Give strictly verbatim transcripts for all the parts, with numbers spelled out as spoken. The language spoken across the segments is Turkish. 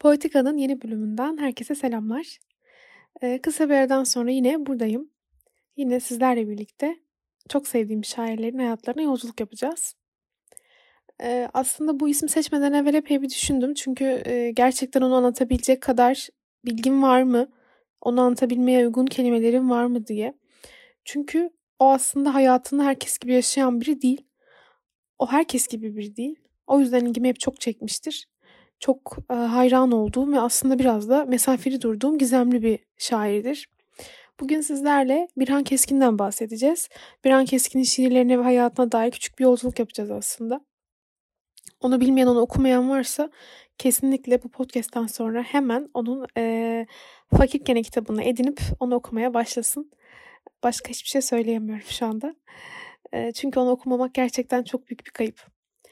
Poetika'nın yeni bölümünden herkese selamlar. Eee, kısa bir aradan sonra yine buradayım. Yine sizlerle birlikte çok sevdiğim şairlerin hayatlarına yolculuk yapacağız. Eee, aslında bu ismi seçmeden evvel epey bir düşündüm. Çünkü eee, gerçekten onu anlatabilecek kadar bilgim var mı? Onu anlatabilmeye uygun kelimelerim var mı diye. Çünkü o aslında hayatını herkes gibi yaşayan biri değil. O herkes gibi biri değil. O yüzden ilgimi hep çok çekmiştir. Çok e, hayran olduğum ve aslında biraz da mesafeli durduğum gizemli bir şairdir. Bugün sizlerle Birhan Keskin'den bahsedeceğiz. Birhan Keskin'in şiirlerine ve hayatına dair küçük bir yolculuk yapacağız aslında. Onu bilmeyen, onu okumayan varsa kesinlikle bu podcast'tan sonra hemen onun e, Fakirkene kitabını edinip onu okumaya başlasın. Başka hiçbir şey söyleyemiyorum şu anda. E, çünkü onu okumamak gerçekten çok büyük bir kayıp.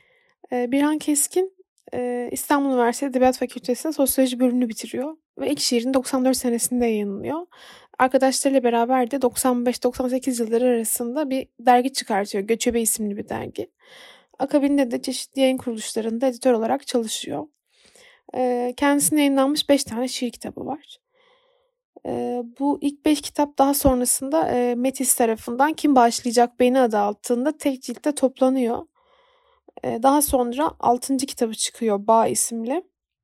E, Birhan Keskin e, İstanbul Üniversitesi Edebiyat Fakültesi'nde sosyoloji bölümünü bitiriyor ve ilk şiirini doksan dört senesinde yayınlıyor. Arkadaşlarıyla beraber de doksan beş doksan sekiz yılları arasında bir dergi çıkartıyor. Göçebe isimli bir dergi. Akabinde de çeşitli yayın kuruluşlarında editör olarak çalışıyor. E, kendisine yayınlanmış beş tane şiir kitabı var. E, bu ilk beş kitap daha sonrasında e, Metis tarafından Kim Bağışlayacak Beni adı altında tek ciltte toplanıyor. E, daha sonra altıncı kitabı çıkıyor Bağ isimli.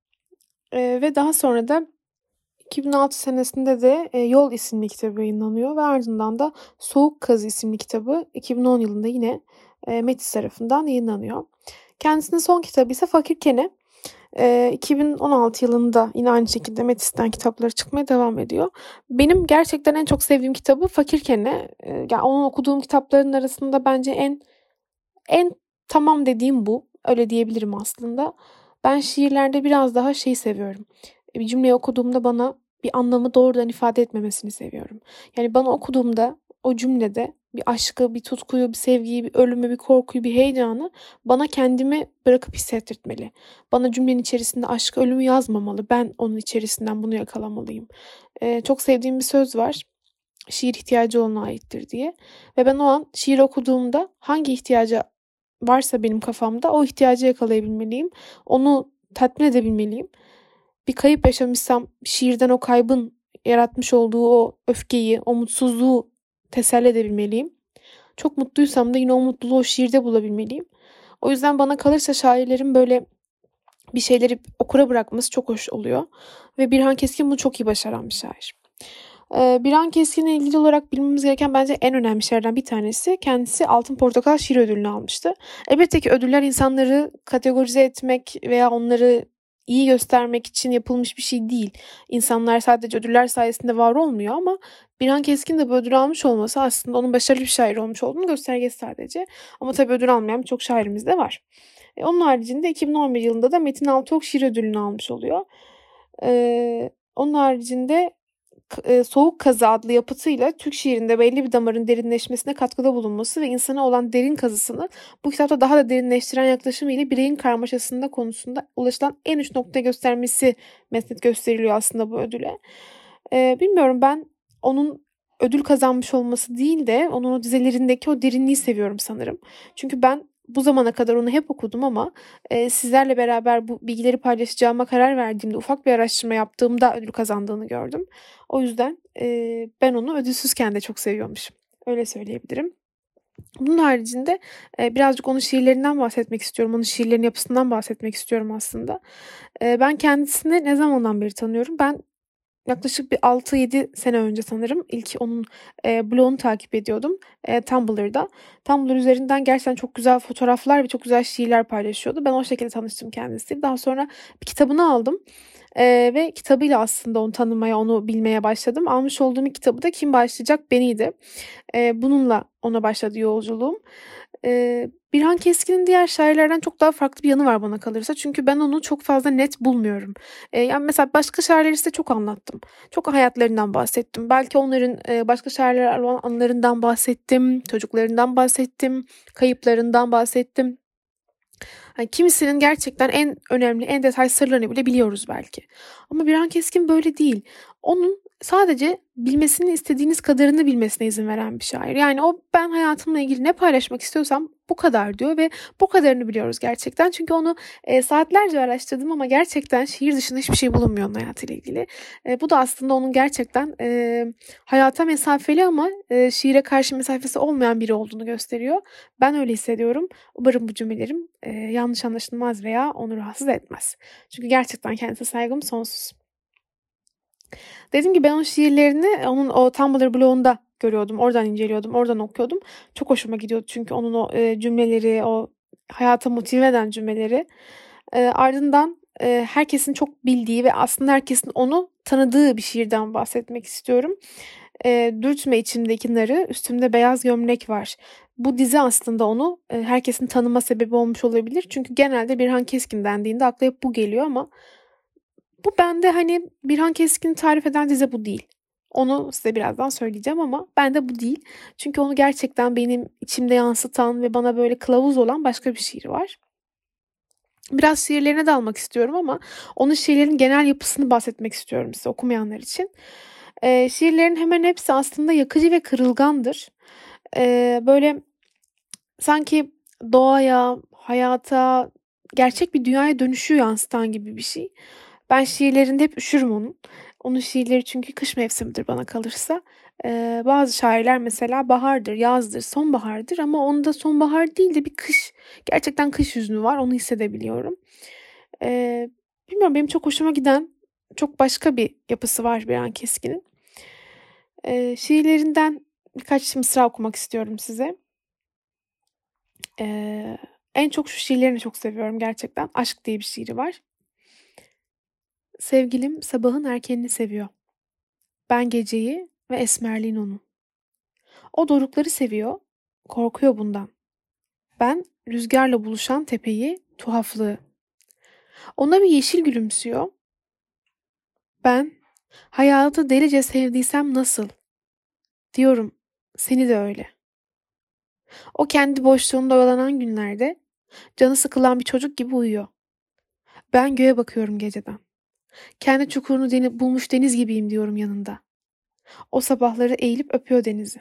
E, ve daha sonra da iki bin altı senesinde de e, Yol isimli kitabı yayınlanıyor ve ardından da Soğuk Kazı isimli kitabı iki bin on yılında yine e, Metis tarafından yayınlanıyor. Kendisinin son kitabı ise Fakirkene. E, iki bin on altı yılında yine aynı şekilde Metis'ten kitapları çıkmaya devam ediyor. Benim gerçekten en çok sevdiğim kitabı Fakirkene. E, yani onun okuduğum kitapların arasında bence en en tamam dediğim bu. Öyle diyebilirim aslında. Ben şiirlerde biraz daha şeyi seviyorum. Bir cümleyi okuduğumda bana bir anlamı doğrudan ifade etmemesini seviyorum. Yani bana okuduğumda o cümlede bir aşkı, bir tutkuyu, bir sevgiyi, bir ölümü, bir korkuyu, bir heyecanı bana kendimi bırakıp hissettirtmeli. Bana cümlenin içerisinde aşkı, ölümü yazmamalı. Ben onun içerisinden bunu yakalamalıyım. Ee, çok sevdiğim bir söz var. Şiir ihtiyacı olana aittir diye. Ve ben o an şiir okuduğumda hangi ihtiyaca varsa benim kafamda o ihtiyacı yakalayabilmeliyim. Onu tatmin edebilmeliyim. Bir kayıp yaşamışsam şiirden o kaybın yaratmış olduğu o öfkeyi, o mutsuzluğu teselli edebilmeliyim. Çok mutluysam da yine o mutluluğu o şiirde bulabilmeliyim. O yüzden bana kalırsa şairlerin böyle bir şeyleri okura bırakması çok hoş oluyor. Ve Birhan Keskin bunu çok iyi başaran bir şair. Birhan Keskin'le ilgili olarak bilmemiz gereken bence en önemli şeylerden bir tanesi kendisi Altın Portakal Şiir Ödülünü almıştı. Elbette ki ödüller insanları kategorize etmek veya onları iyi göstermek için yapılmış bir şey değil. İnsanlar sadece ödüller sayesinde var olmuyor ama Birhan Keskin de bu ödül almış olması aslında onun başarılı bir şair olmuş olduğunu göstergesi sadece. Ama tabii ödül almayan birçok şairimiz de var. E, onun haricinde iki bin on bir yılında da Metin Altıok Şiir Ödülünü almış oluyor. E, onun haricinde Soğuk Kazı adlı yapıtıyla Türk şiirinde belli bir damarın derinleşmesine katkıda bulunması ve insana olan derin kazısını bu kitapta daha da derinleştiren yaklaşımıyla bireyin karmaşasında konusunda ulaşılan en uç nokta göstermesi mesnet gösteriliyor aslında bu ödüle. Ee, bilmiyorum ben onun ödül kazanmış olması değil de onun o dizelerindeki o derinliği seviyorum sanırım. Çünkü ben bu zamana kadar onu hep okudum ama e, sizlerle beraber bu bilgileri paylaşacağıma karar verdiğimde, ufak bir araştırma yaptığımda ödül kazandığını gördüm. O yüzden e, ben onu ödülsüzken de çok seviyormuşum. Öyle söyleyebilirim. Bunun haricinde e, birazcık onun şiirlerinden bahsetmek istiyorum. Onun şiirlerin yapısından bahsetmek istiyorum aslında. E, ben kendisini ne zamandan beri tanıyorum? Ben yaklaşık bir altı yedi sene önce sanırım ilk onun e, blogunu takip ediyordum e, Tumblr'da. Tumblr üzerinden gerçekten çok güzel fotoğraflar ve çok güzel şiirler paylaşıyordu. Ben o şekilde tanıştım kendisiyle. Daha sonra bir kitabını aldım. Ee, ve kitabıyla aslında onu tanımaya, onu bilmeye başladım. Almış olduğum ilk kitabı da Kim Başlayacak Beni'ydi. Ee, bununla ona başladı yolculuğum. Ee, Birhan Keskin'in diğer şairlerden çok daha farklı bir yanı var bana kalırsa. Çünkü ben onu çok fazla net bulmuyorum. Ee, yani mesela başka şairleri size çok anlattım. Çok hayatlarından bahsettim. Belki onların e, başka şairler olan anılarından bahsettim. Çocuklarından bahsettim. Kayıplarından bahsettim. Yani kimisinin gerçekten en önemli, en detaylı sırlarını bile biliyoruz belki. Ama Birhan Keskin böyle değil. Onun sadece bilmesini istediğiniz kadarını bilmesine izin veren bir şair. Yani o ben hayatımla ilgili ne paylaşmak istiyorsam bu kadar diyor ve bu kadarını biliyoruz gerçekten. Çünkü onu e, saatlerce araştırdım ama gerçekten şiir dışında hiçbir şey bulunmuyor onun hayatıyla ilgili. E, bu da aslında onun gerçekten e, hayata mesafeli ama e, şiire karşı mesafesi olmayan biri olduğunu gösteriyor. Ben öyle hissediyorum. Umarım bu cümlelerim e, yanlış anlaşılmaz veya onu rahatsız etmez. Çünkü gerçekten kendisine saygım sonsuz. Dediğim gibi ben onun şiirlerini onun o Tumblr blogunda görüyordum. Oradan inceliyordum, oradan okuyordum. Çok hoşuma gidiyordu çünkü onun o e, cümleleri, o hayata motive eden cümleleri. E, ardından e, herkesin çok bildiği ve aslında herkesin onu tanıdığı bir şiirden bahsetmek istiyorum. E, Dürtme içimdeki narı, üstümde beyaz gömlek var. Bu dizi aslında onu e, herkesin tanıma sebebi olmuş olabilir. Çünkü genelde Birhan Keskin dendiğinde akla hep bu geliyor ama bu bende hani Birhan Keskin'i tarif eden dizi bu değil. Onu size birazdan söyleyeceğim ama bende bu değil. Çünkü onu gerçekten benim içimde yansıtan ve bana böyle kılavuz olan başka bir şiir var. Biraz şiirlerine dalmak istiyorum ama onun şiirlerin genel yapısını bahsetmek istiyorum size okumayanlar için. Ee, şiirlerin hemen hepsi aslında yakıcı ve kırılgandır. Ee, böyle sanki doğaya, hayata, gerçek bir dünyaya dönüşü yansıtan gibi bir şey. Ben şiirlerinde hep üşürüm onun. Onun şiirleri çünkü kış mevsimidir bana kalırsa. Ee, bazı şairler mesela bahardır, yazdır, sonbahardır ama onda sonbahar değil de bir kış, gerçekten kış hüznü var. Onu hissedebiliyorum. Ee, bilmiyorum benim çok hoşuma giden çok başka bir yapısı var Birhan Keskin'in. Ee, şiirlerinden birkaç mısra okumak istiyorum size. Ee, en çok şu şiirlerini çok seviyorum gerçekten. Aşk diye bir şiiri var. Sevgilim sabahın erkenini seviyor. Ben geceyi ve esmerliğin onun. O dorukları seviyor, korkuyor bundan. Ben rüzgarla buluşan tepeyi, tuhaflığı. Ona bir yeşil gülümsüyor. Ben hayatı delice sevdiysem nasıl? Diyorum, seni de öyle. O kendi boşluğunda oyalanan günlerde canı sıkılan bir çocuk gibi uyuyor. Ben göğe bakıyorum geceden. Kendi çukurunu deni- bulmuş deniz gibiyim diyorum yanında. O sabahları eğilip öpüyor denizi.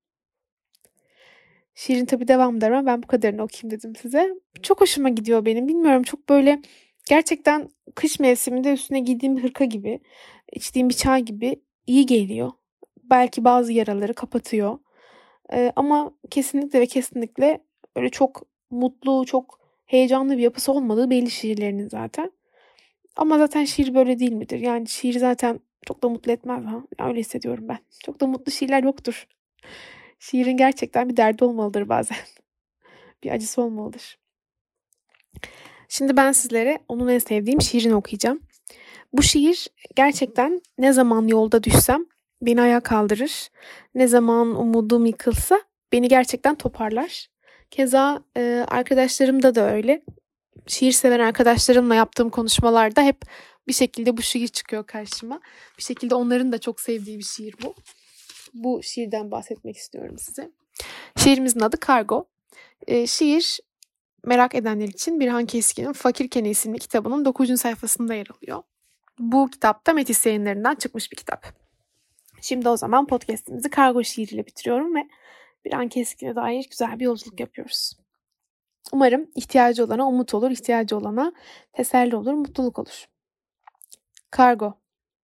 Şiirin tabii devam der ama ben bu kadarını okuyayım dedim size. Çok hoşuma gidiyor benim. Bilmiyorum çok böyle gerçekten kış mevsiminde üstüne giydiğim bir hırka gibi, içtiğim bir çay gibi iyi geliyor. Belki bazı yaraları kapatıyor. Ee, ama kesinlikle ve kesinlikle öyle çok mutlu, çok heyecanlı bir yapısı olmadığı belli şiirlerinin zaten. Ama zaten şiir böyle değil midir? Yani şiir zaten çok da mutlu etmez ha. Ya öyle hissediyorum ben. Çok da mutlu şiirler yoktur. Şiirin gerçekten bir derdi olmalıdır bazen. Bir acısı olmalıdır. Şimdi ben sizlere onun en sevdiğim şiirini okuyacağım. Bu şiir gerçekten ne zaman yolda düşsem beni ayağa kaldırır. Ne zaman umudum yıkılsa beni gerçekten toparlar. Keza e, arkadaşlarımda da öyle. Şiir seven arkadaşlarımla yaptığım konuşmalarda hep bir şekilde bu şiir çıkıyor karşıma. Bir şekilde onların da çok sevdiği bir şiir bu. Bu şiirden bahsetmek istiyorum size. Şiirimizin adı Kargo. E, şiir merak edenler için Birhan Keskin'in Fakirken isimli kitabının dokuzuncu sayfasında yer alıyor. Bu kitap da Metis Yayınları'ndan çıkmış bir kitap. Şimdi o zaman podcast'imizi Kargo şiiriyle bitiriyorum ve Birhan Keskin'e dair güzel bir yolculuk yapıyoruz. Umarım ihtiyacı olana umut olur, ihtiyacı olana teselli olur, mutluluk olur. Kargo.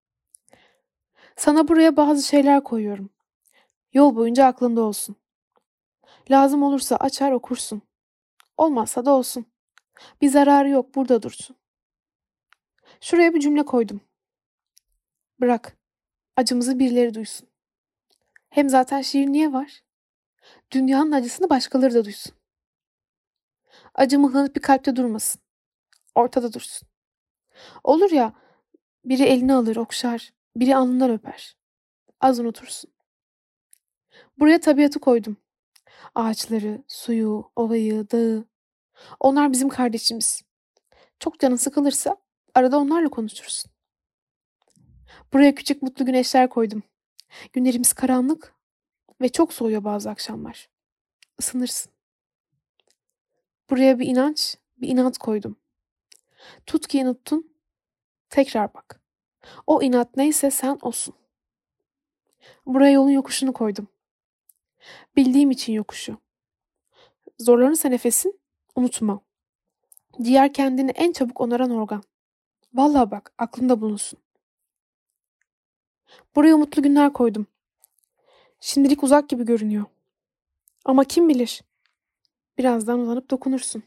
Sana buraya bazı şeyler koyuyorum. Yol boyunca aklında olsun. Lazım olursa açar okursun. Olmazsa da olsun. Bir zararı yok, burada dursun. Şuraya bir cümle koydum. Bırak, acımızı birileri duysun. Hem zaten şiir niye var? Dünyanın acısını başkaları da duysun. Acı mıhlanıp bir kalpte durmasın. Ortada dursun. Olur ya, biri elini alır, okşar, biri alnından öper. Az unutursun. Buraya tabiatı koydum. Ağaçları, suyu, ovayı, dağı. Onlar bizim kardeşimiz. Çok canın sıkılırsa arada onlarla konuşursun. Buraya küçük mutlu güneşler koydum. Günlerimiz karanlık ve çok soğuyor bazı akşamlar. Isınırsın. Buraya bir inanç, bir inat koydum. Tut ki unuttun, tekrar bak. O inat neyse sen olsun. Buraya yolun yokuşunu koydum. Bildiğim için yokuşu. Zorlanırsa nefesin, unutma. Ciğer kendini en çabuk onaran organ. Vallahi bak, aklında bulunsun. Buraya umutlu günler koydum. Şimdilik uzak gibi görünüyor. Ama kim bilir? Birazdan uzanıp dokunursun.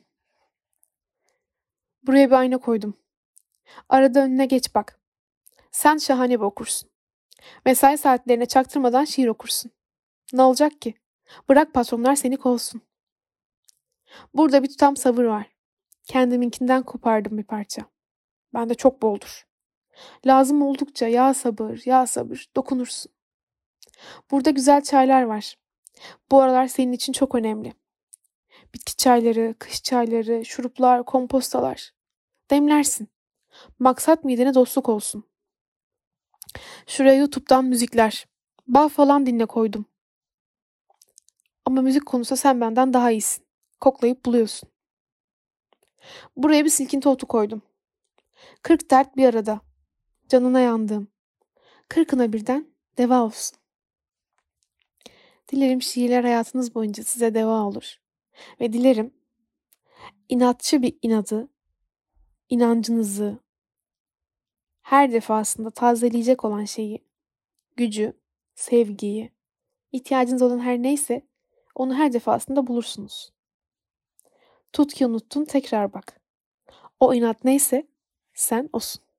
Buraya bir ayna koydum. Arada önüne geç bak. Sen şahane bir okursun. Mesai saatlerine çaktırmadan şiir okursun. Ne olacak ki? Bırak patronlar seni kovsun. Burada bir tutam sabır var. Kendiminkinden kopardım bir parça. Bende çok boldur. Lazım oldukça ya sabır, ya sabır dokunursun. Burada güzel çaylar var. Bu aralar senin için çok önemli. Bitki çayları, kış çayları, şuruplar, kompostalar. Demlersin. Maksat midene dostluk olsun. Şuraya YouTube'dan müzikler. Bağ falan dinle koydum. Ama müzik konusunda sen benden daha iyisin. Koklayıp buluyorsun. Buraya bir silkinti otu koydum. Kırk dert bir arada. Canına yandığım. Kırkına birden deva olsun. Dilerim şiirler hayatınız boyunca size deva olur. Ve dilerim inatçı bir inadı, inancınızı her defasında tazeleyecek olan şeyi, gücü, sevgiyi, ihtiyacınız olan her neyse onu her defasında bulursunuz. Tut ki unuttun tekrar bak. O inat neyse sen osun.